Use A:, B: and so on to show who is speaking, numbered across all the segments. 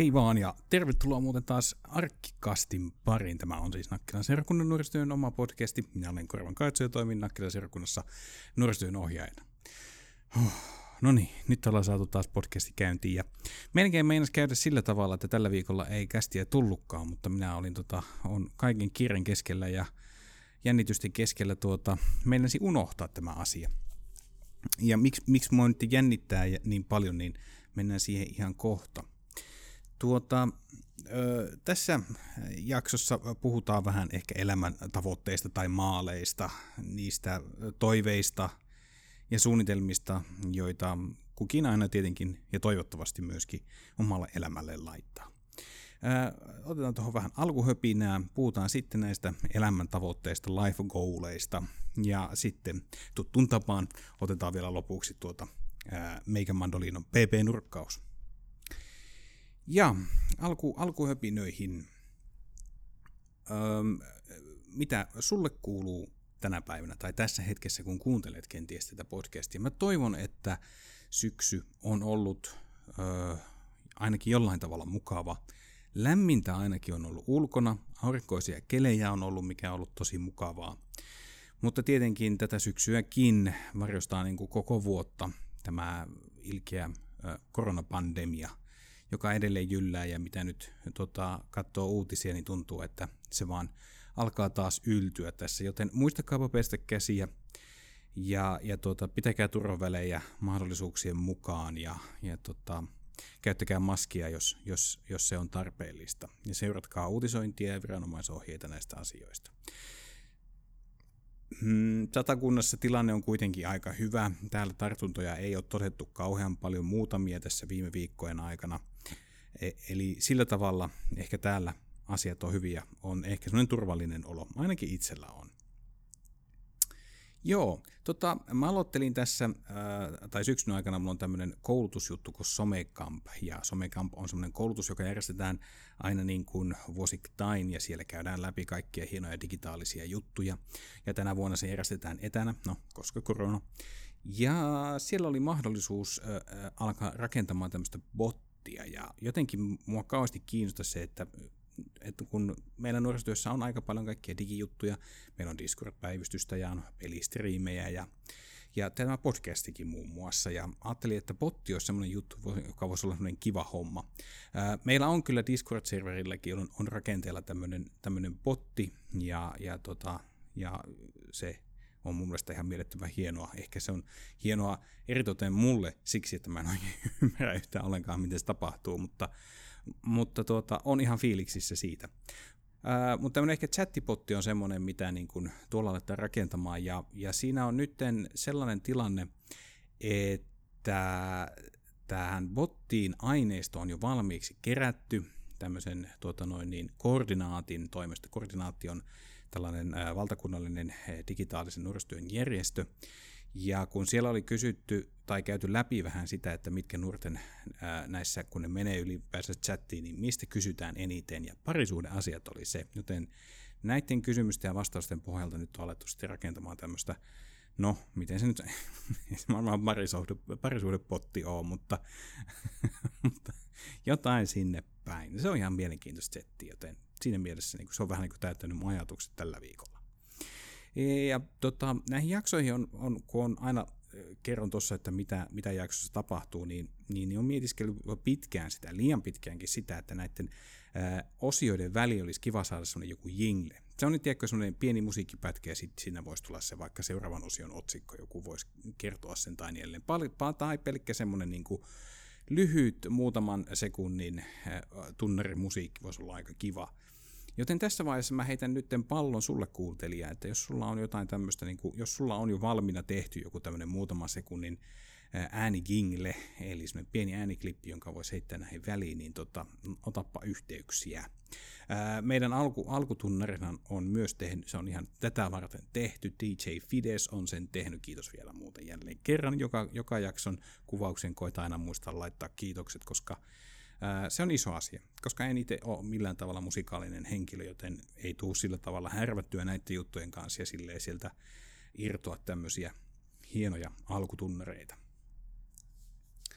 A: Hei vaan ja tervetuloa muuten taas Arkkikastin pariin. Tämä on siis Nakkilan seurakunnan nuorisotyön oma podcasti. Minä olen Korvan Kaitso ja toimin Nakkilan seurakunnassa nuorisotyön ohjaajana. No niin, nyt ollaan saatu taas podcasti käyntiin ja melkein meinas käydä sillä tavalla, että tällä viikolla ei kästiä tullutkaan, mutta minä olin on kaiken kiiren keskellä ja jännitysten keskellä meinasi unohtaa tämä asia. Ja miksi mua nyt jännittää niin paljon, niin mennään siihen ihan kohta. Tässä jaksossa puhutaan vähän ehkä elämän tavoitteista tai maaleista, niistä toiveista ja suunnitelmista, joita kukin aina tietenkin ja toivottavasti myöskin omalle elämälle laittaa. Otetaan tuohon vähän alkuhöpinää, puhutaan sitten näistä elämän tavoitteista, life goaleista ja sitten tuttuun tapaan otetaan vielä lopuksi Meikä Mandolinon PP-nurkkaus. Ja alkuhöpinöihin. Mitä sulle kuuluu tänä päivänä tai tässä hetkessä, kun kuuntelet kenties tätä podcastia? Mä toivon, että syksy on ollut ainakin jollain tavalla mukava. Lämmintä ainakin on ollut ulkona, aurinkoisia kelejä on ollut, mikä on ollut tosi mukavaa. Mutta tietenkin tätä syksyäkin varjostaa niin kuin koko vuotta tämä ilkeä koronapandemia, joka edelleen jyllää ja mitä nyt katsoo uutisia, niin tuntuu, että se vaan alkaa taas yltyä tässä. Joten muistakaapa pestä käsiä ja pitäkää turvavälejä mahdollisuuksien mukaan ja käyttäkää maskia, jos se on tarpeellista. Ja seuratkaa uutisointia ja viranomaisohjeita näistä asioista. Satakunnassa tilanne on kuitenkin aika hyvä. Täällä tartuntoja ei ole todettu kauhean paljon, muutamia tässä viime viikkojen aikana. Eli sillä tavalla ehkä täällä asiat on hyviä. On ehkä sellainen turvallinen olo. Ainakin itsellä on. Joo, mä aloittelin tässä, tai syksyn aikana mulla on tämmöinen koulutusjuttu kuin SomeCamp, ja SomeCamp on semmoinen koulutus, joka järjestetään aina niin kuin vuosittain, ja siellä käydään läpi kaikkia hienoja digitaalisia juttuja, ja tänä vuonna se järjestetään etänä, koska korona, ja siellä oli mahdollisuus alkaa rakentamaan tämmöistä bottia, ja jotenkin mua kauheasti kiinnostaa se, että kun meillä nuorisotyössä on aika paljon kaikkia digijuttuja, meillä on Discord-päivystystä ja on pelistriimejä ja tämä podcastikin muun muassa, ja ajattelin, että botti olisi semmoinen juttu, joka voisi olla semmoinen kiva homma. Meillä on kyllä Discord-serverilläkin on rakenteella tämmöinen botti, ja se on mun mielestä ihan mielettömän hienoa. Ehkä se on hienoa eritoten mulle siksi, että mä en oikein ymmärrä yhtään ollenkaan, miten se tapahtuu, mutta on ihan fiiliksissä siitä. Mutta tämmöinen ehkä chattipotti on semmoinen, mitä niin kuin tuolla aletaan rakentamaan, ja siinä on nyt sellainen tilanne, että tähän bottiin aineisto on jo valmiiksi kerätty tämmöisen koordinaatin toimesta. Koordinaatti on tällainen valtakunnallinen digitaalisen nuorisotyön järjestö, ja kun siellä oli kysytty tai käyty läpi vähän sitä, että mitkä nuorten näissä, kun ne menee ylipäänsä chattiin, niin mistä kysytään eniten, ja parisuhdeasiat oli se. Joten näiden kysymysten ja vastausten pohjalta nyt on alettu sitten rakentamaan tämmöistä, miten se nyt, ei se varmaan parisuhdepotti ole, mutta jotain sinne päin. Se on ihan mielenkiintoista settiä, joten siinä mielessä niin se on vähän niin kuin täyttänyt mun ajatukset tällä viikolla. Ja näihin jaksoihin kun on aina kerron tuossa, että mitä jaksossa tapahtuu, niin on mietiskellyt pitkään sitä, liian pitkäänkin sitä, että näiden osioiden väliin olisi kiva saada semmoinen joku jingle. Se on nyt semmoinen pieni musiikkipätkä, ja sitten siinä voisi tulla se vaikka seuraavan osion otsikko, joku voisi kertoa sen tai niin edelleen. Tai pelkkä semmoinen niin kuin lyhyt muutaman sekunnin tunnarimusiikki voisi olla aika kiva. Joten tässä vaiheessa mä heitän nyt pallon sulle kuuntelija, että jos sulla on jotain tämmöistä, niin jos sulla on jo valmiina tehty joku tämmöinen muutaman sekunnin äänigingle, eli semmoinen pieni ääniklippi, jonka voisi heittää näihin väliin, niin otappa yhteyksiä. Meidän alkutunnarina on myös tehnyt, se on ihan tätä varten tehty, DJ Fides on sen tehnyt, kiitos vielä muuten jälleen kerran, joka jakson kuvauksen koita aina muistaa laittaa kiitokset, koska se on iso asia, koska en itse ole millään tavalla musikaalinen henkilö, joten ei tule sillä tavalla härvättyä näiden juttujen kanssa ja silleen sieltä irtoa tämmöisiä hienoja alkutunnereita.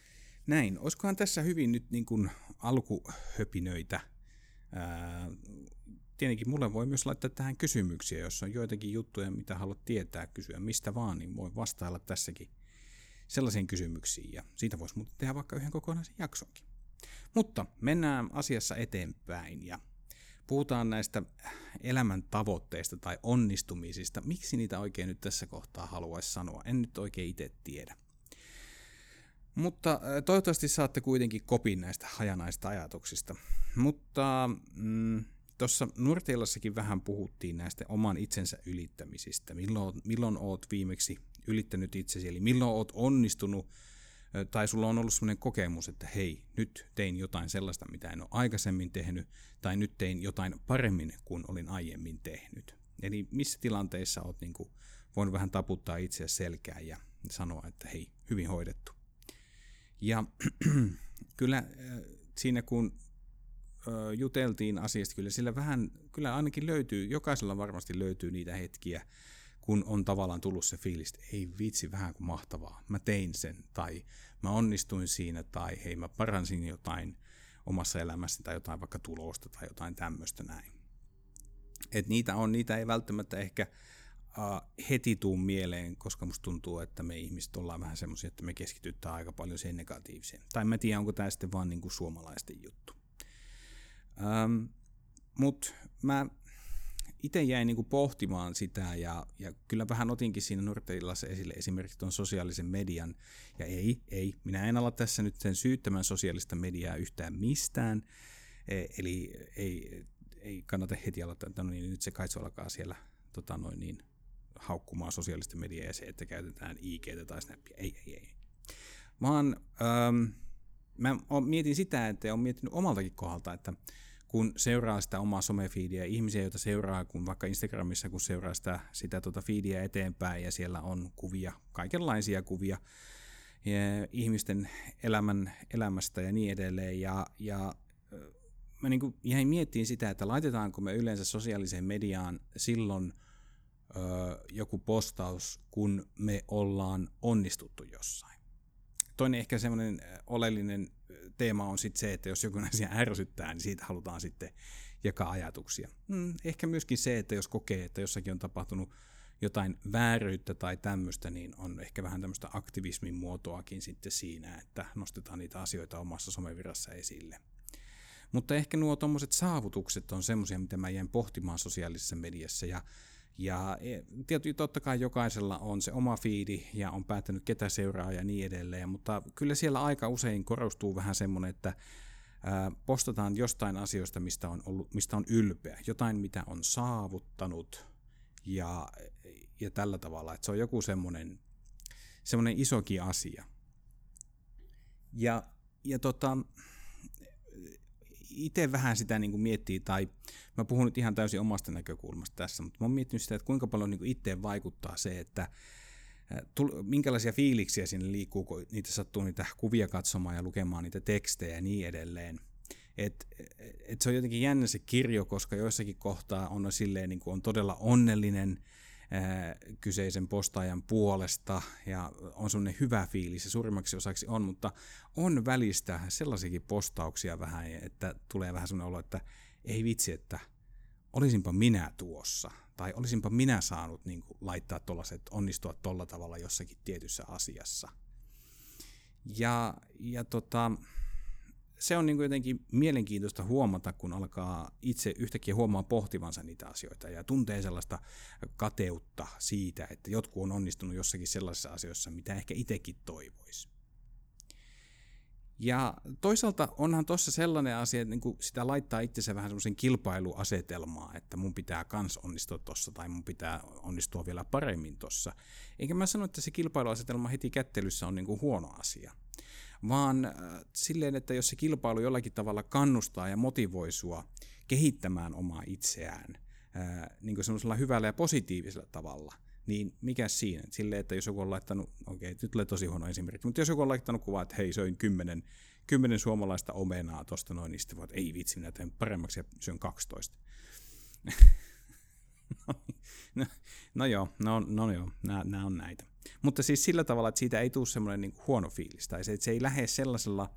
A: Näin, olisikohan tässä hyvin nyt niin kuin alkuhöpinöitä. Tietenkin mulle voi myös laittaa tähän kysymyksiä, jos on joitakin juttuja, mitä haluat tietää, kysyä mistä vaan, niin voi vastailla tässäkin sellaisiin kysymyksiin, ja siitä voisi muuten tehdä vaikka yhden kokonaisen jaksonkin. Mutta mennään asiassa eteenpäin, ja puhutaan näistä elämän tavoitteista tai onnistumisista. Miksi niitä oikein nyt tässä kohtaa haluaisi sanoa? En nyt oikein itse tiedä. Mutta toivottavasti saatte kuitenkin kopin näistä hajanaista ajatuksista. Mutta tuossa Nuorteilassakin vähän puhuttiin näistä oman itsensä ylittämisistä. Milloin oot viimeksi ylittänyt itsesi, eli milloin oot onnistunut, tai sulla on ollut sellainen kokemus, että hei, nyt tein jotain sellaista, mitä en ole aikaisemmin tehnyt, tai nyt tein jotain paremmin kuin olin aiemmin tehnyt. Eli missä tilanteissa oot niin kuin voinut vähän taputtaa itseäsi selkään ja sanoa, että hei, hyvin hoidettu. Ja kyllä siinä kun juteltiin asiasta, kyllä ainakin löytyy, jokaisella varmasti löytyy niitä hetkiä, kun on tavallaan tullut se fiilis, että ei vitsi, vähän kuin mahtavaa, mä tein sen, tai mä onnistuin siinä, tai hei, mä paransin jotain omassa elämässäni, tai jotain vaikka tulosta, tai jotain tämmöistä näin. Et niitä ei välttämättä ehkä heti tuu mieleen, koska musta tuntuu, että me ihmiset ollaan vähän semmoisia, että me keskitytään aika paljon siihen negatiiviseen. Tai mä tiedän, onko tämä sitten vaan niin kuin suomalaisten juttu. Mutta mä itse jäin niin kuin pohtimaan sitä, ja kyllä vähän otinkin siinä Nuorteilassa esille esimerkiksi tuon sosiaalisen median. Ja minä en ala tässä nyt sen syyttämään sosiaalista mediaa yhtään mistään. Eli ei kannata heti aloittaa, että no niin, nyt se kaitso alkaa siellä haukkumaan sosiaalista mediaa ja se, että käytetään IG:tä tai Snappia. Ei. Vaan mä mietin sitä, että olen miettinyt omaltakin kohdalta, että kun seuraa sitä omaa somefiidiä, ihmisiä, joita seuraa, kun vaikka Instagramissa, kun seuraa sitä fiidiä eteenpäin ja siellä on kuvia, kaikenlaisia kuvia ihmisten elämästä ja niin edelleen. Ja mä niin kuin jäin miettimään sitä, että laitetaanko me yleensä sosiaaliseen mediaan silloin joku postaus, kun me ollaan onnistuttu jossain. Toinen ehkä semmoinen oleellinen teema on sitten se, että jos joku asia ärsyttää, niin siitä halutaan sitten jakaa ajatuksia. Ehkä myöskin se, että jos kokee, että jossakin on tapahtunut jotain vääryyttä tai tämmöistä, niin on ehkä vähän tämmöistä aktivismin muotoakin sitten siinä, että nostetaan niitä asioita omassa somevirassa esille. Mutta ehkä nuo tommoset saavutukset on semmoisia, mitä mä jäin pohtimaan sosiaalisessa mediassa, ja tietysti totta kai jokaisella on se oma fiidi ja on päättänyt ketä seuraa ja niin edelleen, mutta kyllä siellä aika usein korostuu vähän semmoinen, että postataan jostain asioista, mistä on ylpeä, jotain mitä on saavuttanut ja tällä tavalla, että se on joku semmoinen isokin asia. Ja itse vähän sitä niin kuin miettii, tai mä puhun nyt ihan täysin omasta näkökulmasta tässä, mutta mä oon miettinyt sitä, että kuinka paljon niin kuin itteen vaikuttaa se, että minkälaisia fiiliksiä sinne liikkuu, kun niitä sattuu niitä kuvia katsomaan ja lukemaan niitä tekstejä ja niin edelleen. Et se on jotenkin jännä se kirjo, koska joissakin kohtaa on silleen, niin kuin on todella onnellinen kyseisen postaajan puolesta ja on semmoinen hyvä fiilis ja suurimmaksi osaksi on, mutta on välistä sellaisiakin postauksia vähän, että tulee vähän semmoinen olo, että ei vitsi, että olisinpa minä tuossa tai olisinpa minä saanut niin kuin laittaa tollaiset, onnistua tolla tavalla jossakin tietyssä asiassa. Ja se on niin kuin jotenkin mielenkiintoista huomata, kun alkaa itse yhtäkkiä huomaa pohtivansa niitä asioita ja tuntee sellaista kateutta siitä, että jotkut on onnistunut jossakin sellaisissa asioissa, mitä ehkä itsekin toivoisi. Ja toisaalta onhan tuossa sellainen asia, että niin sitä laittaa itsensä vähän semmoisen kilpailuasetelmaa, että mun pitää kans onnistua tuossa tai mun pitää onnistua vielä paremmin tuossa. Eikä mä sano, että se kilpailuasetelma heti kättelyssä on niin kuin huono asia, vaan silleen, että jos se kilpailu jollakin tavalla kannustaa ja motivoi sua kehittämään omaa itseään niin kuin semmoisella hyvällä ja positiivisella tavalla, niin mikä siinä? Silleen, että jos joku on laittanut, nyt tulee tosi huono esimerkki, mutta jos joku on laittanut kuvaa, että hei, söin 10 suomalaista omenaa tosta noin, niin sitten voi, että ei vitsi, minä teen paremmaksi ja syön 12. No joo, nämä on näitä. Mutta siis sillä tavalla, että siitä ei tule semmoinen niin kuin huono fiilis, tai se ei lähde sellaisella,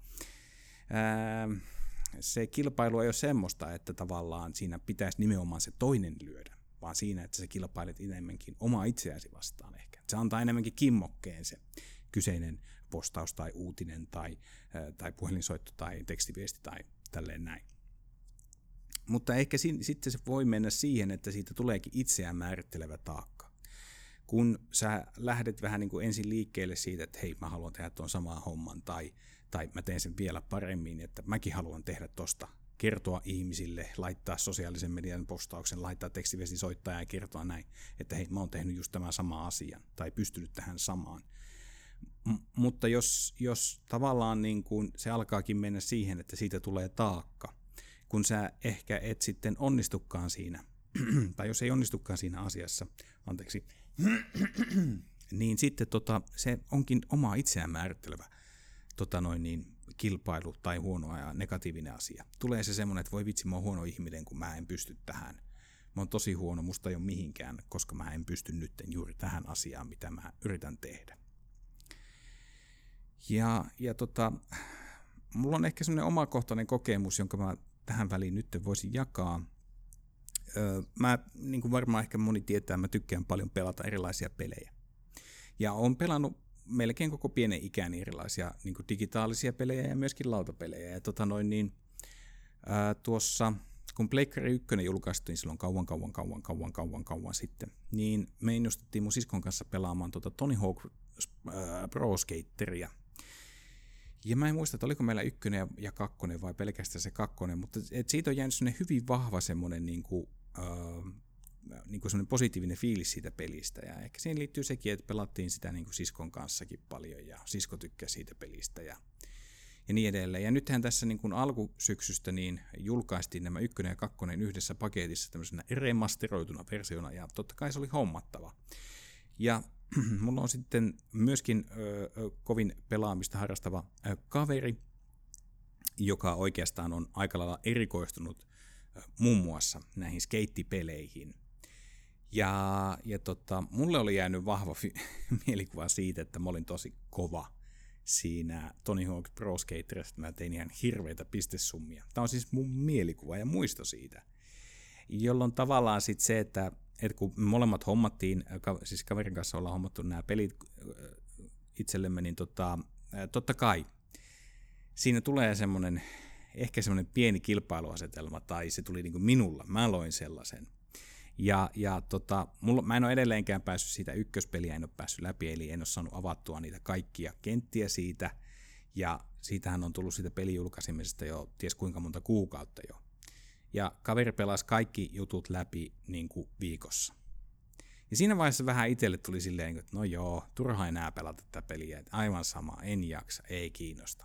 A: se kilpailu ei ole semmoista, että tavallaan siinä pitäisi nimenomaan se toinen lyödä, vaan siinä, että sä kilpailet enemmänkin omaa itseäsi vastaan ehkä. Se antaa enemmänkin kimmokkeen se kyseinen postaus tai uutinen tai puhelinsoitto tai tekstiviesti tai tälleen näin. Mutta ehkä sitten se voi mennä siihen, että siitä tuleekin itseään määrittelevä taakka. Kun sä lähdet vähän niin kuin ensin liikkeelle siitä, että hei, mä haluan tehdä tuon saman homman, tai mä teen sen vielä paremmin, että mäkin haluan tehdä tosta, kertoa ihmisille, laittaa sosiaalisen median postauksen, laittaa tekstiviesti soittaa ja kertoa näin, että hei, mä oon tehnyt just tämän sama asian, tai pystynyt tähän samaan. Mutta jos tavallaan niin kuin se alkaakin mennä siihen, että siitä tulee taakka, kun sä ehkä et sitten onnistukaan siinä, tai jos ei onnistukaan siinä asiassa, niin sitten se onkin oma itseään määrittelevä kilpailu tai huono ja negatiivinen asia. Tulee se semmoinen, että voi vitsi, mä oon huono ihminen, kun mä en pysty tähän. Mä oon tosi huono, musta ei ole mihinkään, koska mä en pysty nyt juuri tähän asiaan, mitä mä yritän tehdä. Ja mulla on ehkä semmoinen omakohtainen kokemus, jonka mä tähän väliin nyt voisin jakaa. Mä, niin kuin varmaan ehkä moni tietää, mä tykkään paljon pelata erilaisia pelejä. Ja oon pelannut melkein koko pienen ikäni erilaisia niin kuin digitaalisia pelejä ja myöskin lautapelejä. Ja tuossa, kun Pleikkari 1 julkaistiin silloin kauan sitten, niin me innostuttiin mun siskon kanssa pelaamaan Tony Hawk Pro Skateria. Ja mä en muista, että oliko meillä 1 ja 2 vai pelkästään se 2, mutta siitä on jäänyt semmoinen hyvin vahva semmoinen niin kuin semmoinen positiivinen fiilis siitä pelistä. Ja ehkä siihen liittyy sekin, että pelattiin sitä niin kuin siskon kanssakin paljon ja sisko tykkäsi siitä pelistä ja niin edelleen. Ja nythän tässä niin kuin alkusyksystä niin julkaistiin nämä 1 ja 2 yhdessä paketissa tämmöisenä remasteroituna versiona ja totta kai se oli hommattava. Ja mulla on sitten myöskin kovin pelaamista harrastava kaveri, joka oikeastaan on aika lailla erikoistunut muun muassa näihin skeittipeleihin. Ja mulle oli jäänyt vahva mielikuva siitä, että mä olin tosi kova siinä Tony Hawk Pro Skaterissa, että mä tein ihan hirveitä pistesummia. Tämä on siis mun mielikuva ja muisto siitä. Jolloin tavallaan sitten se, että kun me molemmat hommattiin, siis kaverin kanssa ollaan hommattu nämä pelit itsellemme, niin totta kai siinä tulee ehkä semmoinen pieni kilpailuasetelma, tai se tuli niin kuin minulla, mä loin sellaisen. Ja mä en ole edelleenkään päässyt siitä ykköspeliä, en ole päässyt läpi, eli en ole saanut avattua niitä kaikkia kenttiä siitä, ja siitähän on tullut siitä pelijulkaisemisesta jo ties kuinka monta kuukautta jo. Ja kaveri pelasi kaikki jutut läpi niin kuin viikossa. Ja siinä vaiheessa vähän itselle tuli silleen, että no joo, turha enää pelata tätä peliä, että aivan sama, en jaksa, ei kiinnosta.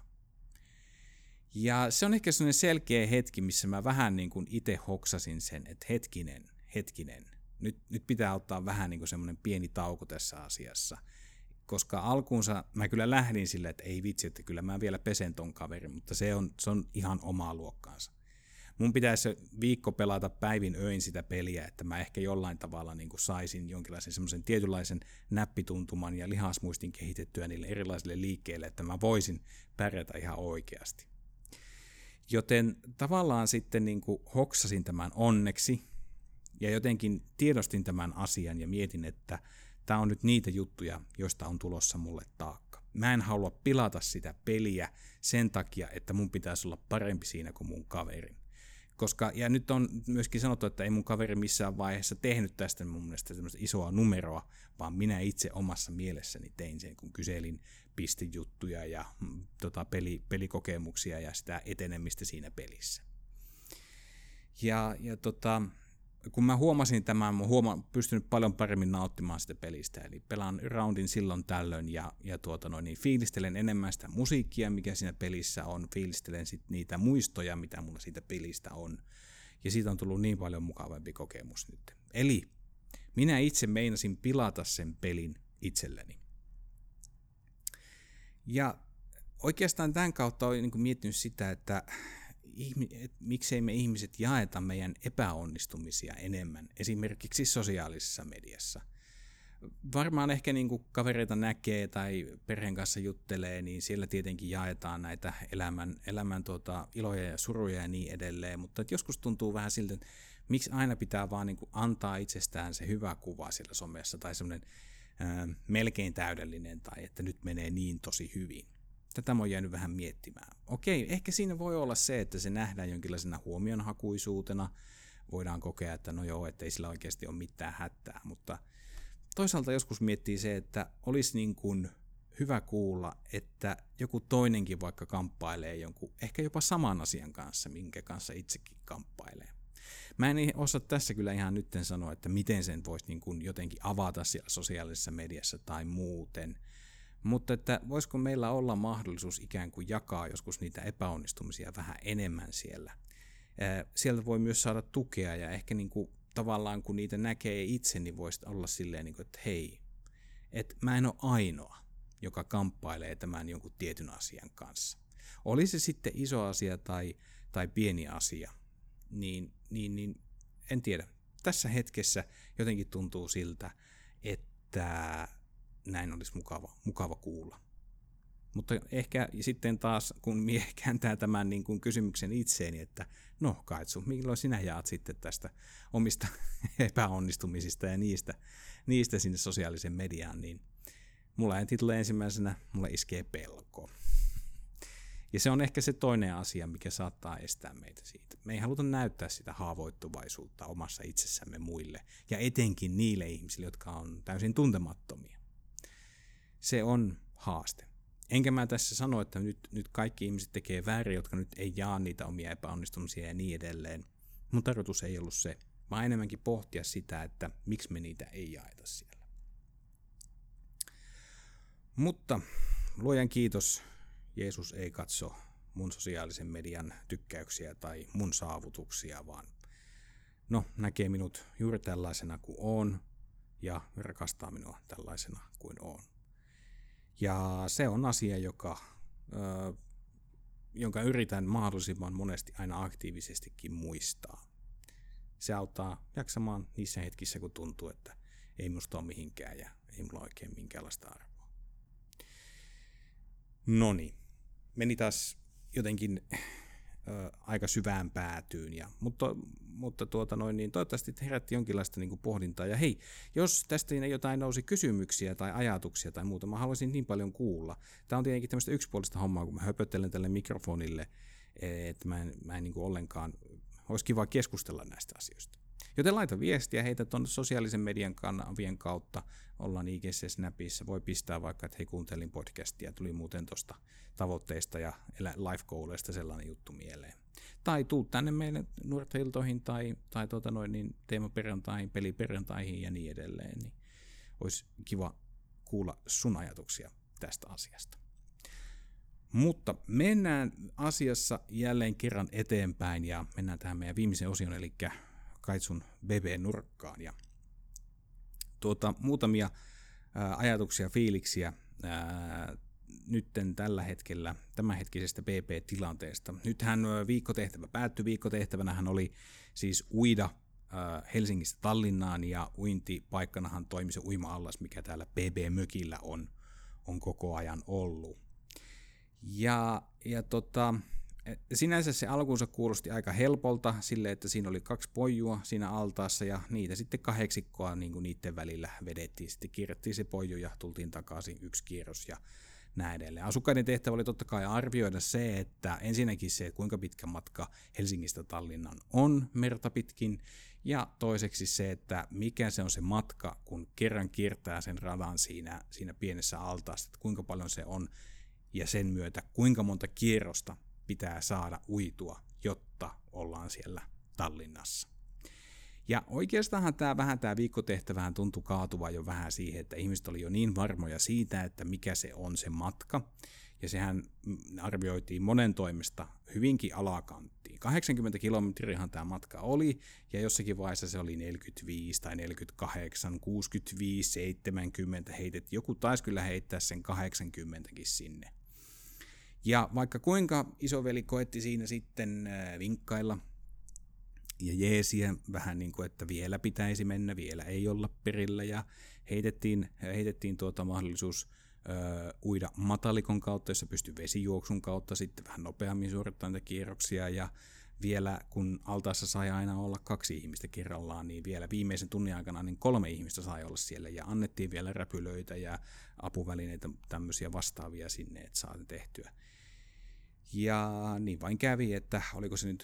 A: Ja se on ehkä sellainen selkeä hetki, missä mä vähän niin kuin itse hoksasin sen, että hetkinen, nyt pitää ottaa vähän niin kuin semmoinen pieni tauko tässä asiassa. Koska alkuunsa mä kyllä lähdin sille, että ei vitsi, että kyllä mä vielä pesen ton kaverin, mutta se on ihan omaa luokkaansa. Mun pitäisi viikko pelata päivin öin sitä peliä, että mä ehkä jollain tavalla niin kuin saisin jonkinlaisen semmoisen tietynlaisen näppituntuman ja lihasmuistin kehitettyä niille erilaisille liikkeille, että mä voisin pärjätä ihan oikeasti. Joten tavallaan sitten niin kuin hoksasin tämän onneksi ja jotenkin tiedostin tämän asian ja mietin, että tämä on nyt niitä juttuja, joista on tulossa mulle taakka. Mä en halua pilata sitä peliä sen takia, että mun pitäisi olla parempi siinä kuin mun kaverin. Ja nyt on myöskin sanottu, että ei mun kaveri missään vaiheessa tehnyt tästä mun mielestä semmoista isoa numeroa, vaan minä itse omassa mielessäni tein sen, kun kyselin pistejuttuja ja pelikokemuksia ja sitä etenemistä siinä pelissä. Ja kun mä huomasin tämän, mä pystynyt paljon paremmin nauttimaan sitä pelistä, eli pelaan roundin silloin tällöin ja fiilistelen enemmän sitä musiikkia, mikä siinä pelissä on, fiilistelen sit niitä muistoja, mitä mulla siitä pelistä on, ja siitä on tullut niin paljon mukavampi kokemus nyt. Eli minä itse meinasin pilata sen pelin itselleni. Ja oikeastaan tämän kautta olen niin miettinyt sitä, että miksei me ihmiset jaeta meidän epäonnistumisia enemmän, esimerkiksi sosiaalisessa mediassa. varmaan ehkä niin kuin kavereita näkee tai perheen kanssa juttelee, niin siellä tietenkin jaetaan näitä elämän iloja ja suruja ja niin edelleen, mutta että joskus tuntuu vähän siltä, että miksi aina pitää vaan niin kuin antaa itsestään se hyvä kuva siellä somessa tai semmoinen melkein täydellinen tai että nyt menee niin tosi hyvin. Tätä mä oon jäänyt vähän miettimään. Okei, ehkä siinä voi olla se, että se nähdään jonkinlaisena huomionhakuisuutena. Voidaan kokea, että no joo, ettei sillä oikeasti ole mitään hätää, mutta toisaalta joskus miettii se, että olisi niin kuin hyvä kuulla, että joku toinenkin vaikka kamppailee jonkun, ehkä jopa saman asian kanssa, minkä kanssa itsekin kamppailee. Mä en osaa tässä kyllä ihan nytten sanoa, että miten sen voisi niin kuin jotenkin avata siellä sosiaalisessa mediassa tai muuten, mutta että voisiko meillä olla mahdollisuus ikään kuin jakaa joskus niitä epäonnistumisia vähän enemmän siellä. Sieltä voi myös saada tukea ja ehkä niin kuin tavallaan kun niitä näkee itse, niin voisi olla silleen, niin kuin, että hei, että mä en ole ainoa, joka kamppailee tämän jonkun tietyn asian kanssa. Oli se sitten iso asia tai pieni asia, niin en tiedä. Tässä hetkessä jotenkin tuntuu siltä, että näin olisi mukava kuulla. Mutta ehkä sitten taas, kun mie kääntää tämän niin kuin kysymyksen itseeni, että no Kaitsu, milloin sinä jaat sitten tästä omista epäonnistumisista ja niistä sinne sosiaalisen mediaan, niin mulla ensimmäisenä iskee pelko. Ja se on ehkä se toinen asia, mikä saattaa estää meitä siitä. Me ei haluta näyttää sitä haavoittuvaisuutta omassa itsessämme muille, ja etenkin niille ihmisille, jotka on täysin tuntemattomia. Se on haaste. Enkä mä tässä sano, että nyt kaikki ihmiset tekee väärin, jotka nyt ei jaa niitä omia epäonnistumisia ja niin edelleen. Mun tarkoitus ei ollut se, vaan enemmänkin pohtia sitä, että miksi me niitä ei jaeta siellä. Mutta luojan kiitos, Jeesus ei katso mun sosiaalisen median tykkäyksiä tai mun saavutuksia, vaan näkee minut juuri tällaisena kuin oon ja rakastaa minua tällaisena kuin oon. Ja se on asia, jonka yritän mahdollisimman monesti aina aktiivisestikin muistaa. Se auttaa jaksamaan niissä hetkissä, kun tuntuu, että ei musta ole mihinkään ja ei mulla oikein minkäänlaista arvoa. Noniin, meni taas jotenkin aika syvään päätyyn, mutta toivottavasti herätti jonkinlaista niin kuin pohdintaa. Ja hei, jos tästä jotain nousi kysymyksiä tai ajatuksia tai muuta, mä haluaisin niin paljon kuulla. Tämä on tietenkin tämmöistä yksipuolista hommaa, kun mä höpöttelen tälle mikrofonille, että mä en niin kuin ollenkaan, olisi kiva keskustella näistä asioista. Joten laita viestiä heitä tuonne sosiaalisen median kanavien kautta, ollaan IG:ssä ja Snapissa, voi pistää vaikka, että hei kuuntelin podcastia, tuli muuten tuosta tavoitteista ja life goaleista sellainen juttu mieleen. Tai tuu tänne meille nuorten-iltoihin tai teemaperjantaihin, peliperjantaihin ja niin edelleen, niin olisi kiva kuulla sun ajatuksia tästä asiasta. Mutta mennään asiassa jälleen kerran eteenpäin ja mennään tähän meidän viimeiseen osioon, eli Kaitsun BB-nurkkaan. Ja muutamia ajatuksia, fiiliksiä nytten tällä hetkellä tämänhetkisestä BB-tilanteesta. Nythän viikkotehtävä päättyi. Viikkotehtävänähän oli siis uida Helsingistä Tallinnaan ja uintipaikkanahan toimi se uima-allas, mikä täällä BB-mökillä on koko ajan ollut. Sinänsä se alkuunsa kuulosti aika helpolta sille, että siinä oli 2 poijua siinä altaassa ja niitä sitten 8 niin kuin niiden välillä vedettiin. Sitten kierrettiin se poiju ja tultiin takaisin 1 kierros ja näin edelleen. Asukkaiden tehtävä oli totta kai arvioida se, että ensinnäkin se, että kuinka pitkä matka Helsingistä Tallinnaan on merta pitkin ja toiseksi se, että mikä se on se matka, kun kerran kiertää sen radan siinä pienessä altaassa, että kuinka paljon se on ja sen myötä kuinka monta kierrosta pitää saada uitua, jotta ollaan siellä Tallinnassa. Ja oikeastaan tämä viikkotehtävähän tuntui kaatuvan jo vähän siihen, että ihmiset oli jo niin varmoja siitä, että mikä se on se matka. Ja sehän arvioitiin monen toimesta hyvinkin alakanttiin. 80 kilometriähän tämä matka oli, ja jossakin vaiheessa se oli 45 tai 48, 65, 70 heitettiin. Joku taisi kyllä heittää sen 80kin sinne. Ja vaikka kuinka isoveli koetti siinä sitten vinkkailla ja jeesiä vähän niin kuin, että vielä pitäisi mennä, vielä ei olla perillä, ja heitettiin mahdollisuus uida matalikon kautta, jossa pystyi vesijuoksun kautta sitten vähän nopeammin suorittamaan niitä kierroksia, ja vielä kun altaassa sai aina olla 2 ihmistä kerrallaan, niin vielä viimeisen tunnin aikana niin 3 ihmistä sai olla siellä, ja annettiin vielä räpylöitä ja apuvälineitä, tämmöisiä vastaavia sinne, että saa tehtyä. Ja niin vain kävi, että oliko se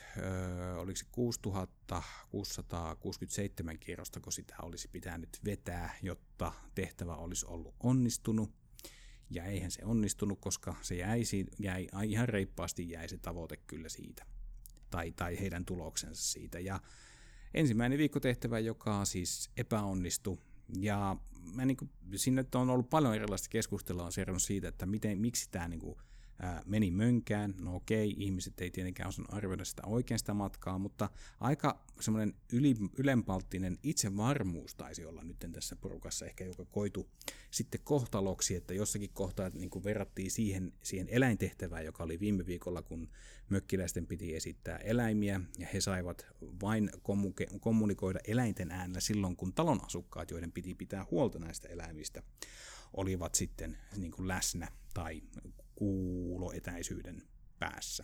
A: 6667 kierrosta, kun sitä olisi pitänyt vetää, jotta tehtävä olisi ollut onnistunut. Ja eihän se onnistunut, koska se jäi ihan reippaasti jäi se tavoite kyllä siitä, tai heidän tuloksensa siitä. Ja ensimmäinen viikkotehtävä, joka siis epäonnistui, ja siinä on ollut paljon erilaista keskustelua siitä, että miksi tämä meni mönkään. No okei, ihmiset ei tietenkään osannut arvioida sitä oikein sitä matkaa, mutta aika semmoinen ylenpalttinen itsevarmuus taisi olla nyt tässä porukassa ehkä, joka koitu sitten kohtaloksi, että jossakin kohtaa niin verrattiin siihen eläintehtävään, joka oli viime viikolla, kun mökkiläisten piti esittää eläimiä, ja he saivat vain kommunikoida eläinten äänellä silloin, kun talon asukkaat, joiden piti pitää huolta näistä eläimistä, olivat sitten niin kuin läsnä tai kuuloetäisyyden päässä.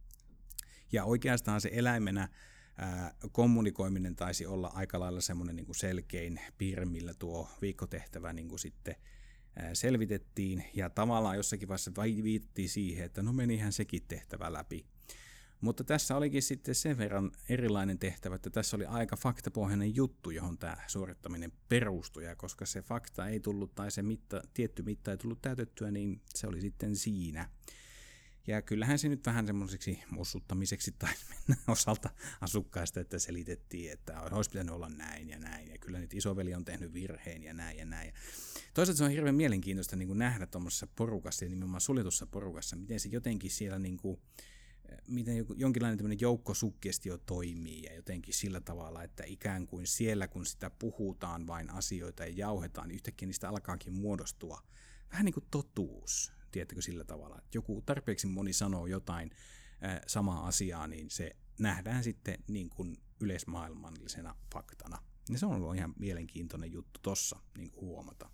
A: Ja oikeastaan se eläimenä kommunikoiminen taisi olla aika lailla semmoinen niin kuin selkein piirre, millä tuo viikkotehtävä niin kuin sitten selvitettiin, ja tavallaan jossakin vaiheessa viitattiin siihen, että no menihän sekin tehtävä läpi. Mutta tässä olikin sitten sen verran erilainen tehtävä, että tässä oli aika faktapohjainen juttu, johon tämä suorittaminen perustui, ja koska se fakta ei tullut tai se tietty mitta ei tullut täytettyä, niin se oli sitten siinä. Ja kyllähän se nyt vähän semmoiseksi mussuttamiseksi taisi mennä osalta asukkaista, että selitettiin, että olisi pitänyt olla näin, ja kyllä nyt isoveli on tehnyt virheen ja näin ja näin. Ja toisaalta se on hirveän mielenkiintoista niin kuin nähdä tuommoisessa porukassa ja nimenomaan suljetussa porukassa, miten se jotenkin siellä niin kuin, miten jonkinlainen tämmöinen joukkosuggestio toimii ja jotenkin sillä tavalla, että ikään kuin siellä kun sitä puhutaan vain asioita ja jauhetaan, niin yhtäkkiä niistä alkaakin muodostua vähän niin kuin totuus. Tiedättekö sillä tavalla, että joku tarpeeksi moni sanoo jotain samaa asiaa, niin se nähdään sitten niin kuin yleismaailmallisena faktana. Ja se on ollut ihan mielenkiintoinen juttu tossa niin kuin huomata.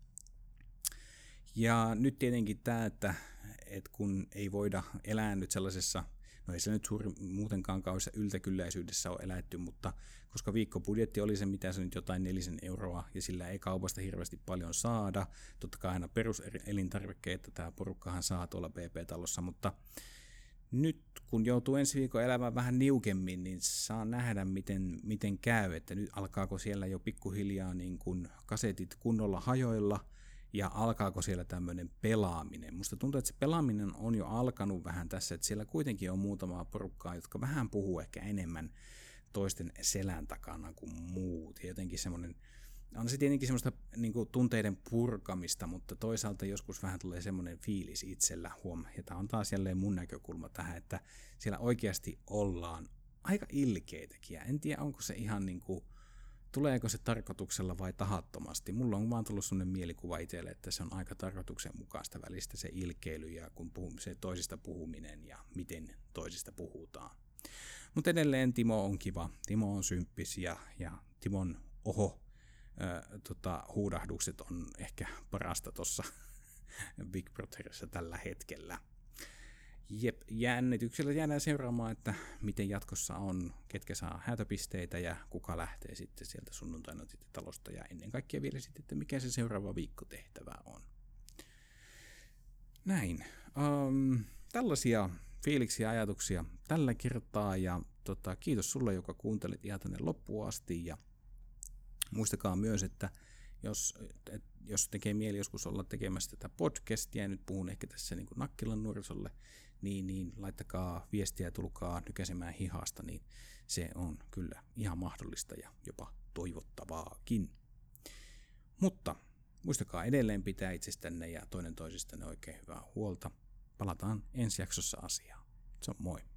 A: Ja nyt tietenkin tämä, että kun ei voida elää nyt sellaisessa, no ei se nyt muutenkaan kauheassa yltäkylläisyydessä ole elätty, mutta koska viikkobudjetti oli se, mitä se nyt jotain 4 euroa, ja sillä ei kaupasta hirveästi paljon saada, totta kai aina peruselintarvikkeita tämä porukkahan saa tuolla PP-talossa, mutta nyt kun joutuu ensi viikon elämään vähän niukemmin, niin saa nähdä, miten käy, että nyt alkaako siellä jo pikkuhiljaa niin kuin kasetit kunnolla hajoilla, ja alkaako siellä tämmöinen pelaaminen. Musta tuntuu, että se pelaaminen on jo alkanut vähän tässä, että siellä kuitenkin on muutamaa porukkaa, jotka vähän puhuu ehkä enemmän toisten selän takana kuin muut. Ja jotenkin semmoinen, on se tietenkin semmoista niin kuin tunteiden purkamista, mutta toisaalta joskus vähän tulee semmoinen fiilis itsellä, ja tämä on taas jälleen mun näkökulma tähän, että siellä oikeasti ollaan aika ilkeitäkin. En tiedä, onko se ihan niin kuin, tuleeko se tarkoituksella vai tahattomasti. Mulla on vaan tullut sellainen mielikuva itselle, että se on aika tarkoituksenmukaista välistä se ilkeily ja kun se toisista puhuminen ja miten toisista puhutaan. Mutta edelleen Timo on kiva, Timo on symppis ja Timon huudahdukset on ehkä parasta tuossa Big Brotherissa tällä hetkellä. Jep, jännityksellä jäädään seuraamaan, että miten jatkossa on, ketkä saa häätöpisteitä ja kuka lähtee sitten sieltä sunnuntaina sitten talosta ja ennen kaikkea vielä sitten, että mikä se seuraava viikkotehtävä on. Näin. Tällaisia fiiliksiä ja ajatuksia tällä kertaa ja kiitos sulle, joka kuuntelit ihan tänne loppuun asti ja muistakaa myös, että jos tekee mieli joskus olla tekemässä tätä podcastia, ja nyt puhun ehkä tässä niin kuin Nakkilan nuorisolle, niin laittakaa viestiä ja tulkaa nykäisemään hihasta, niin se on kyllä ihan mahdollista ja jopa toivottavaakin. Mutta muistakaa edelleen pitää itsestänne ja toinen toisistanne oikein hyvää huolta. Palataan ensi jaksossa asiaan. Se on moi.